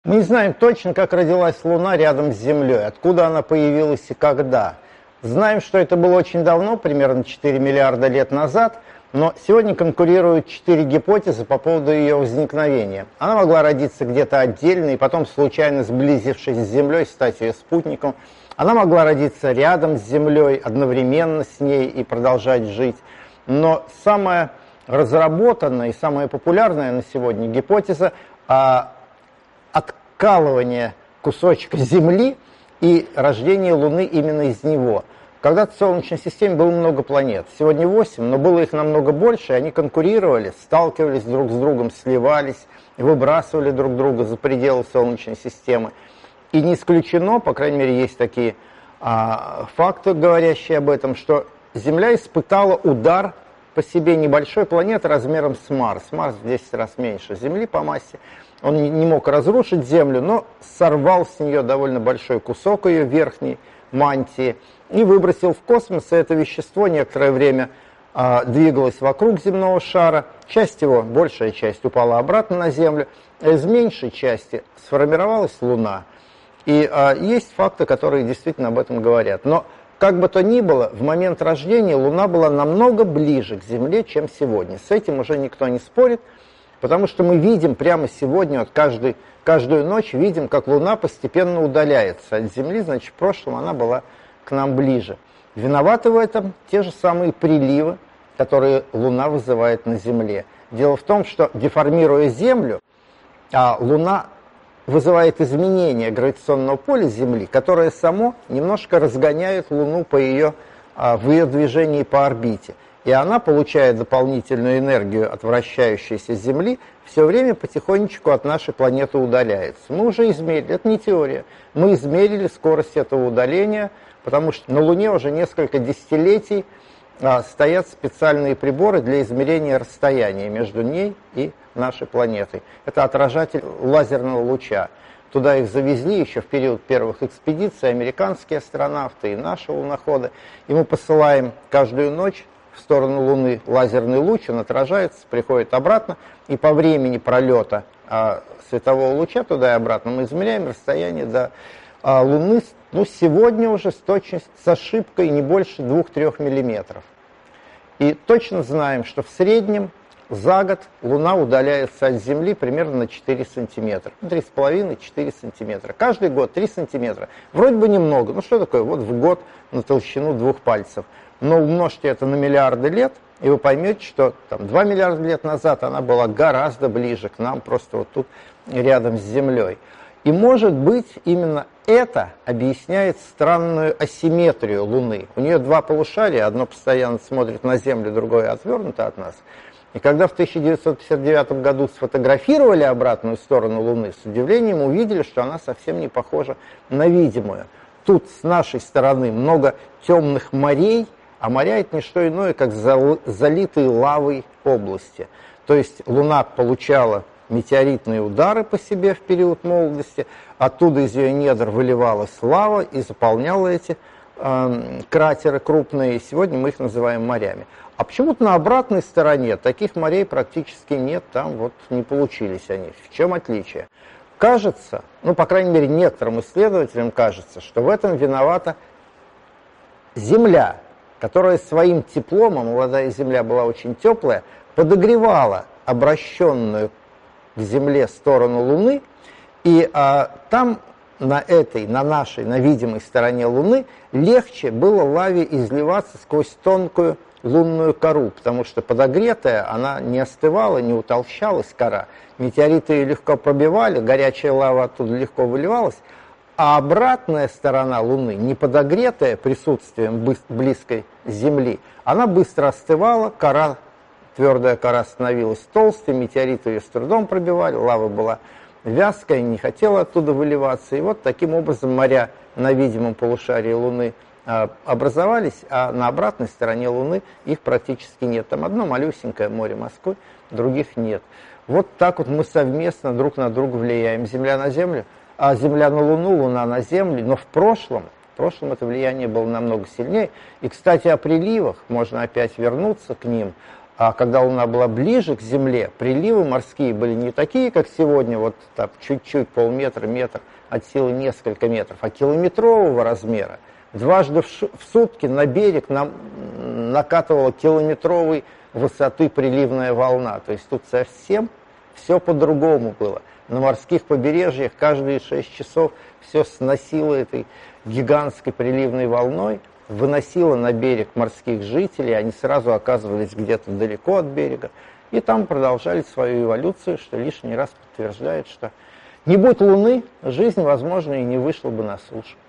Мы не знаем точно, как родилась Луна рядом с Землей, откуда она появилась и когда. Знаем, что это было очень давно, примерно 4 миллиарда лет назад, но сегодня конкурируют 4 гипотезы по поводу ее возникновения. Она могла родиться где-то отдельно и потом, случайно сблизившись с Землей, стать ее спутником. Она могла родиться рядом с Землей, одновременно с ней и продолжать жить. Но самая разработанная и самая популярная на сегодня гипотеза откалывание кусочка Земли и рождение Луны именно из него. Когда-то в Солнечной системе было много планет, сегодня 8, но было их намного больше, и они конкурировали, сталкивались друг с другом, сливались, выбрасывали друг друга за пределы Солнечной системы. И не исключено, по крайней мере, есть такие факты, говорящие об этом, что Земля испытала удар по себе небольшой планеты размером с Марс. Марс в 10 раз меньше Земли по массе. Он не мог разрушить Землю, но сорвал с нее довольно большой кусок ее верхней мантии и выбросил в космос. И это вещество некоторое время двигалось вокруг земного шара. Часть его, большая часть, упала обратно на Землю. Из меньшей части сформировалась Луна. И есть факты, которые действительно об этом говорят. Но как бы то ни было, в момент рождения Луна была намного ближе к Земле, чем сегодня. С этим уже никто не спорит. Потому что мы видим прямо сегодня, вот каждую ночь видим, как Луна постепенно удаляется от Земли, значит, в прошлом она была к нам ближе. Виноваты в этом те же самые приливы, которые Луна вызывает на Земле. Дело в том, что, деформируя Землю, Луна вызывает изменение гравитационного поля Земли, которое само немножко разгоняет Луну в ее движении по орбите. И она, получая дополнительную энергию от вращающейся Земли, все время потихонечку от нашей планеты удаляется. Мы уже измерили, это не теория, мы измерили скорость этого удаления, потому что на Луне уже несколько десятилетий стоят специальные приборы для измерения расстояния между ней и нашей планетой. Это отражатель лазерного луча. Туда их завезли еще в период первых экспедиций американские астронавты и наши луноходы. И мы посылаем каждую ночь в сторону Луны лазерный луч, он отражается, приходит обратно, и по времени пролета светового луча туда и обратно мы измеряем расстояние до Луны, сегодня уже с точностью, с ошибкой не больше 2-3 миллиметров. И точно знаем, что в среднем за год Луна удаляется от Земли примерно на 4 сантиметра. 3,5-4 сантиметра. Каждый год 3 сантиметра. Вроде бы немного. Что такое? Вот в год на толщину 2 пальцев. Но умножьте это на миллиарды лет, и вы поймете, что 2 миллиарда лет назад она была гораздо ближе к нам, просто вот тут рядом с Землей. И, может быть, именно это объясняет странную асимметрию Луны. У нее 2 полушария, одно постоянно смотрит на Землю, другое отвернуто от нас. И когда в 1959 году сфотографировали обратную сторону Луны, с удивлением увидели, что она совсем не похожа на видимую. Тут с нашей стороны много темных морей, а моря – это не что иное, как залитые лавой области. То есть Луна получала метеоритные удары по себе в период молодости, оттуда из ее недр выливалась лава и заполняла эти кратеры крупные, и сегодня мы их называем морями. А почему-то на обратной стороне таких морей практически нет, там вот не получились они. В чем отличие? Кажется, по крайней мере, некоторым исследователям кажется, что в этом виновата Земля, которая своим теплом, а молодая Земля была очень теплая, подогревала обращенную к Земле сторону Луны, и там на нашей, на видимой стороне Луны легче было лаве изливаться сквозь тонкую лунную кору, потому что подогретая, она не остывала, не утолщалась кора, метеориты ее легко пробивали, горячая лава оттуда легко выливалась, а обратная сторона Луны, не подогретая присутствием близкой Земли, она быстро остывала, твердая кора становилась толстой, метеориты ее с трудом пробивали, лава была вязкая, не хотела оттуда выливаться. И вот таким образом моря на видимом полушарии Луны образовались, а на обратной стороне Луны их практически нет. Там одно малюсенькое море Москвы, других нет. Вот так вот мы совместно друг на друга влияем. Земля на Землю, а Земля на Луну, Луна на Землю. Но в прошлом это влияние было намного сильнее. И, кстати, о приливах, можно опять вернуться к ним. А когда Луна была ближе к Земле, приливы морские были не такие, как сегодня, вот там чуть-чуть, полметра, метр, от силы несколько метров, а километрового размера. Дважды в сутки на берег нам накатывала километровой высоты приливная волна. То есть тут совсем все по-другому было. На морских побережьях каждые 6 часов все сносило этой гигантской приливной волной, выносило на берег морских жителей, они сразу оказывались где-то далеко от берега, и там продолжали свою эволюцию, что лишний раз подтверждает, что не будь Луны, жизнь, возможно, и не вышла бы на сушу.